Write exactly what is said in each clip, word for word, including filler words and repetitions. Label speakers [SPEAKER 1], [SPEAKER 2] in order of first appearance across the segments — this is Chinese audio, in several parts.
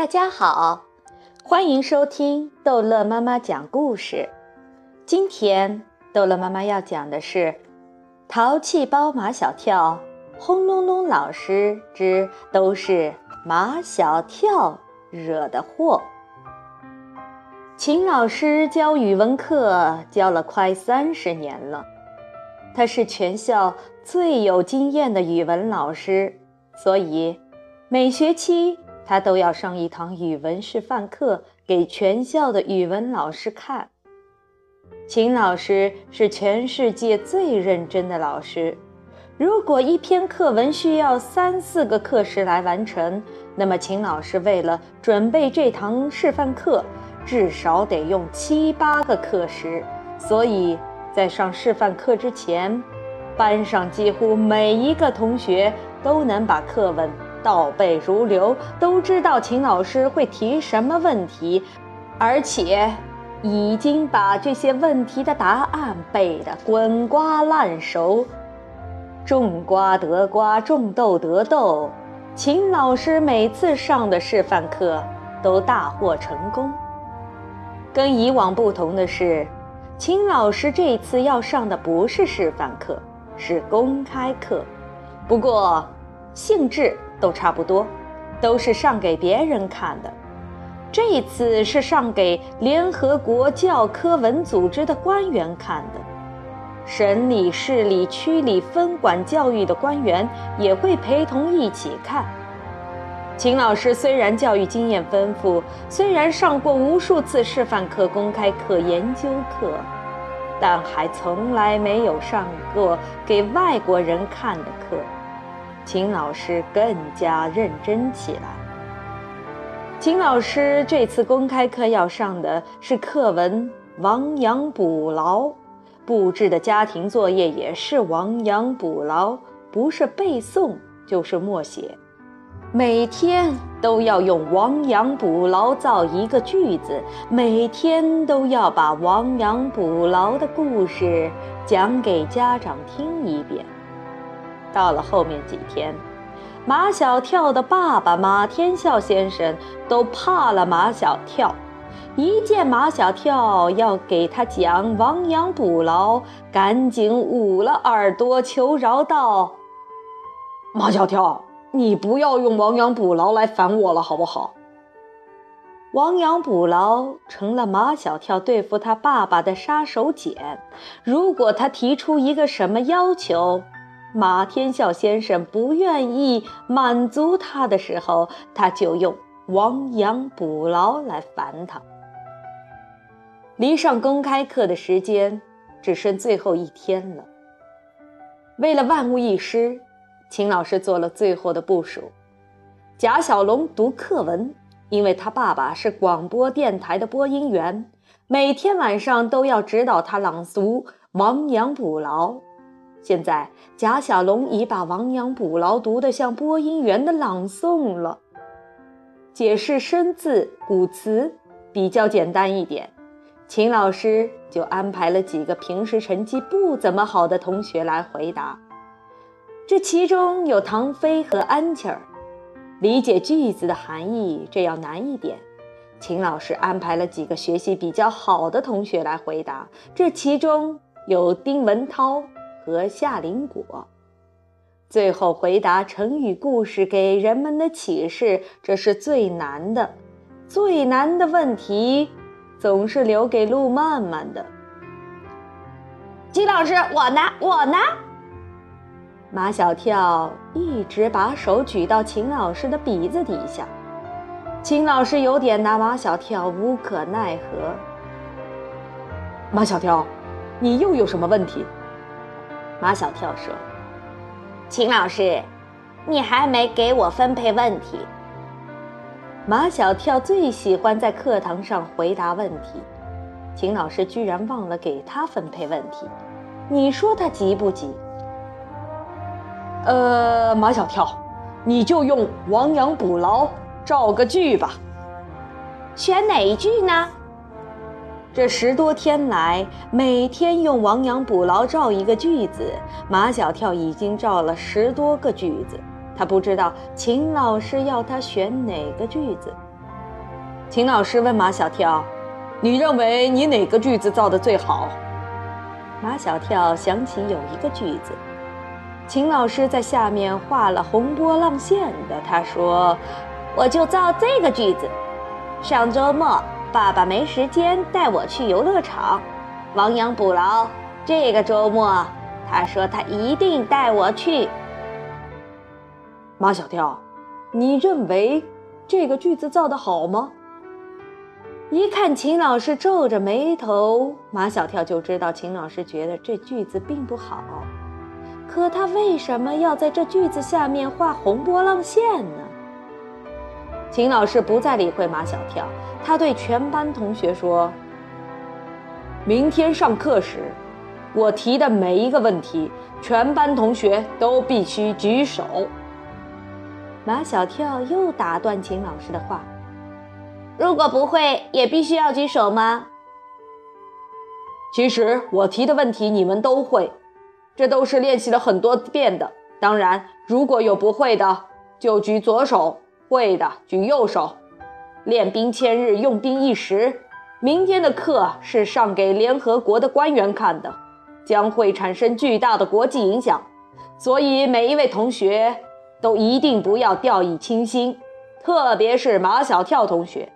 [SPEAKER 1] 大家好，欢迎收听逗乐妈妈讲故事。今天逗乐妈妈要讲的是淘气包马小跳，轰隆隆老师之都是马小跳惹的祸。秦老师教语文课教了快三十年了，他是全校最有经验的语文老师，所以每学期他都要上一堂语文示范课给全校的语文老师看。秦老师是全世界最认真的老师，如果一篇课文需要三四个课时来完成，那么秦老师为了准备这堂示范课，至少得用七八个课时。所以在上示范课之前，班上几乎每一个同学都能把课文倒背如流，都知道秦老师会提什么问题，而且已经把这些问题的答案背得滚瓜烂熟。种瓜得瓜，种豆得豆，秦老师每次上的示范课都大获成功。跟以往不同的是，秦老师这次要上的不是示范课，是公开课。不过性质都差不多，都是上给别人看的。这一次是上给联合国教科文组织的官员看的，省里、市里、区里分管教育的官员也会陪同一起看。秦老师虽然教育经验丰富，虽然上过无数次示范课、公开课、研究课，但还从来没有上过给外国人看的课。秦老师更加认真起来。秦老师这次公开课要上的是课文《亡羊补牢》，布置的家庭作业也是亡羊补牢，不是背诵就是默写。每天都要用亡羊补牢造一个句子，每天都要把亡羊补牢的故事讲给家长听一遍。到了后面几天，马小跳的爸爸马天笑先生都怕了马小跳，一见马小跳要给他讲亡羊补牢，赶紧捂了耳朵求饶道：马小跳，你不要用亡羊补牢来烦我了好不好？亡羊补牢成了马小跳对付他爸爸的杀手锏，如果他提出一个什么要求，马天笑先生不愿意满足他的时候，他就用亡羊补牢来烦他。离上公开课的时间只剩最后一天了，为了万无一失，秦老师做了最后的部署。贾小龙读课文，因为他爸爸是广播电台的播音员，每天晚上都要指导他朗读亡羊补牢。现在贾小龙已把亡羊补牢读得像播音员的朗诵了。解释生字古词比较简单一点，秦老师就安排了几个平时成绩不怎么好的同学来回答。这其中有唐飞和安琪儿，理解句子的含义这要难一点，秦老师安排了几个学习比较好的同学来回答，这其中有丁文涛和夏林果。最后回答成语故事给人们的启示，这是最难的。最难的问题总是留给路漫漫的。秦老师，我呢我呢马小跳一直把手举到秦老师的鼻子底下，秦老师有点拿马小跳无可奈何。马小跳，你又有什么问题？马小跳说：秦老师，你还没给我分配问题。马小跳最喜欢在课堂上回答问题，秦老师居然忘了给他分配问题，你说他急不急？呃，马小跳，你就用亡羊补牢造个句吧。选哪一句呢？这十多天来，每天用亡羊补牢造一个句子，马小跳已经造了十多个句子，他不知道秦老师要他选哪个句子。 秦老师问马小跳：“你认为你哪个句子造得最好？”马小跳想起有一个句子，秦老师在下面画了红波浪线的，他说：“我就造这个句子。上周末爸爸没时间带我去游乐场，亡羊补牢，这个周末他说他一定带我去。”马小跳，你认为这个句子造得好吗？一看秦老师皱着眉头，马小跳就知道秦老师觉得这句子并不好。可他为什么要在这句子下面画红波浪线呢？秦老师不再理会马小跳，他对全班同学说：“明天上课时，我提的每一个问题，全班同学都必须举手。”马小跳又打断秦老师的话：“如果不会，也必须要举手吗？”其实我提的问题你们都会，这都是练习了很多遍的。当然，如果有不会的，就举左手，会的举右手。练兵千日，用兵一时。明天的课是上给联合国的官员看的，将会产生巨大的国际影响，所以每一位同学都一定不要掉以轻心，特别是马小跳同学。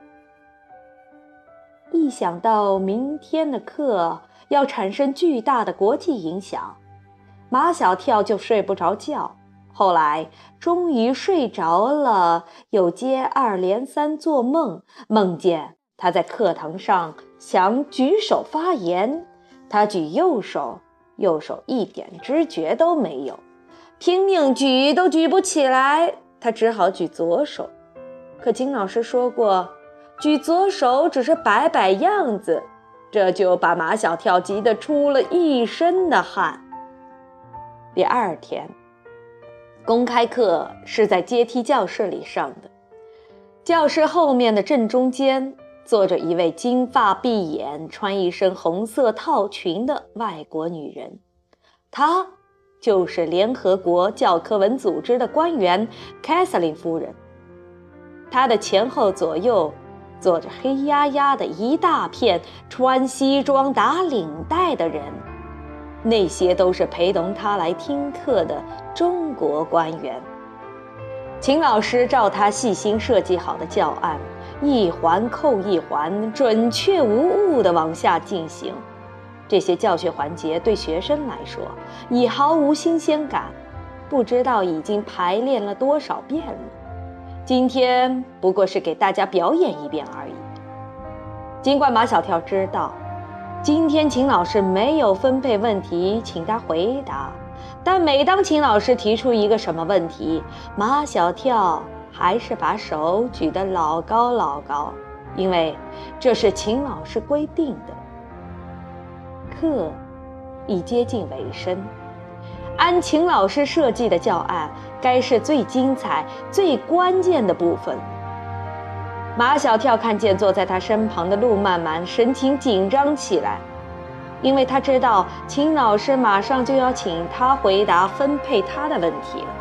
[SPEAKER 1] 一想到明天的课要产生巨大的国际影响，马小跳就睡不着觉。后来终于睡着了，又接二连三做梦，梦见他在课堂上想举手发言，他举右手，右手一点知觉都没有，拼命举都举不起来，他只好举左手。可金老师说过，举左手只是摆摆样子，这就把马小跳急得出了一身的汗。第二天，公开课是在阶梯教室里上的，教室后面的正中间坐着一位金发碧眼、穿一身红色套裙的外国女人，她就是联合国教科文组织的官员凯瑟琳夫人。她的前后左右坐着黑压压的一大片穿西装打领带的人，那些都是陪同她来听课的中国官员。秦老师照他细心设计好的教案，一环扣一环，准确无误地往下进行。这些教学环节对学生来说已毫无新鲜感，不知道已经排练了多少遍了。今天不过是给大家表演一遍而已。尽管马小跳知道今天秦老师没有分配问题请他回答，但每当秦老师提出一个什么问题，马小跳还是把手举得老高老高，因为这是秦老师规定的。课已接近尾声，按秦老师设计的教案，该是最精彩、最关键的部分。马小跳看见坐在他身旁的陆漫漫神情紧张起来，因为他知道秦老师马上就要请他回答分配他的问题了。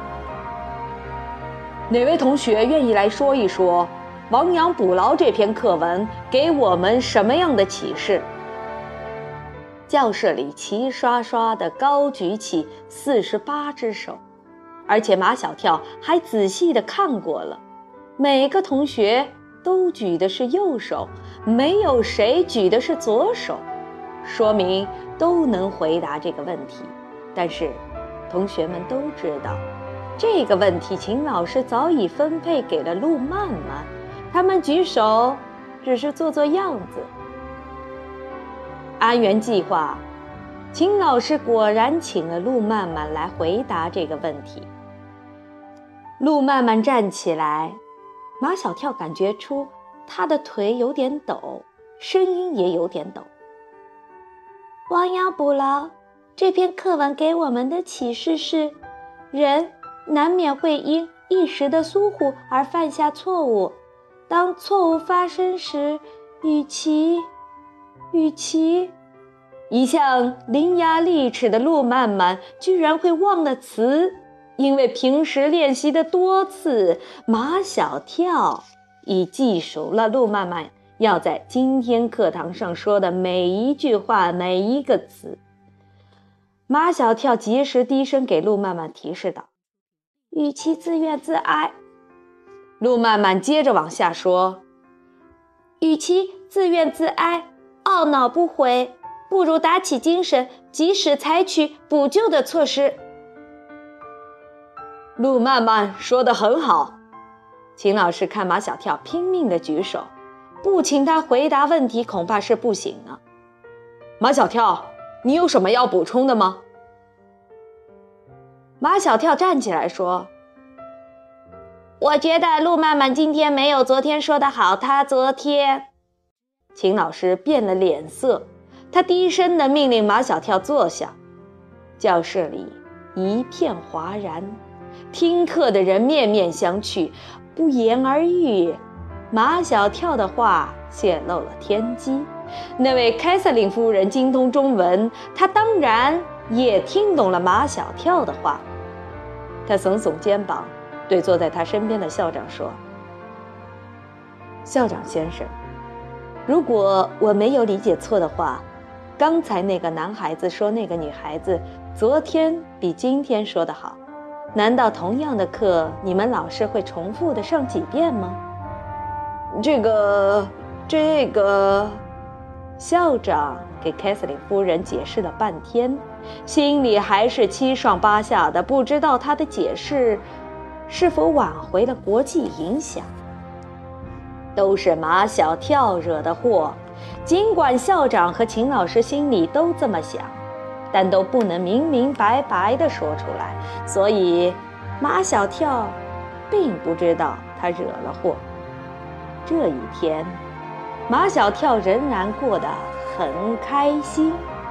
[SPEAKER 1] 哪位同学愿意来说一说《亡羊补牢》这篇课文给我们什么样的启示？教室里齐刷刷地高举起四十八只手，而且马小跳还仔细地看过了，每个同学都举的是右手，没有谁举的是左手，说明都能回答这个问题。但是同学们都知道，这个问题秦老师早已分配给了陆漫漫，他们举手只是做做样子。安原计划，秦老师果然请了陆漫漫来回答这个问题。陆漫漫站起来，马小跳感觉出他的腿有点抖，声音也有点抖。亡羊补牢这篇课文给我们的启示是，人难免会因一时的疏忽而犯下错误，当错误发生时，与其与其一向伶牙俐齿的陆漫漫居然会忘了词，因为平时练习的多次，马小跳已记熟了路曼曼要在今天课堂上说的每一句话，每一个词。马小跳及时低声给路曼曼提示道：“与其自怨自哀。”路曼曼接着往下说：“与其自怨自哀，懊恼不悔，不如打起精神，及时采取补救的措施。”路曼曼说得很好。秦老师看马小跳拼命地举手，不请他回答问题恐怕是不行了。马小跳，你有什么要补充的吗？马小跳站起来说：“我觉得路曼曼今天没有昨天说得好，他昨天……”秦老师变了脸色，他低声地命令马小跳坐下。教室里一片哗然，听课的人面面相觑，不言而喻。马小跳的话泄露了天机。那位凯瑟琳夫人精通中文，她当然也听懂了马小跳的话。她耸耸肩膀，对坐在她身边的校长说：“校长先生，如果我没有理解错的话，刚才那个男孩子说那个女孩子昨天比今天说得好，难道同样的课你们老师会重复的上几遍吗？”这个这个校长给凯瑟琳夫人解释了半天，心里还是七上八下的，不知道他的解释是否挽回了国际影响。都是马小跳惹的祸，尽管校长和秦老师心里都这么想，但都不能明明白白地说出来，所以马小跳并不知道他惹了祸。这一天，马小跳仍然过得很开心。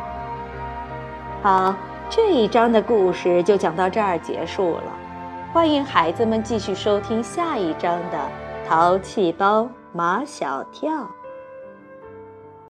[SPEAKER 1] 好，这一章的故事就讲到这儿结束了。欢迎孩子们继续收听下一章的《淘气包马小跳》。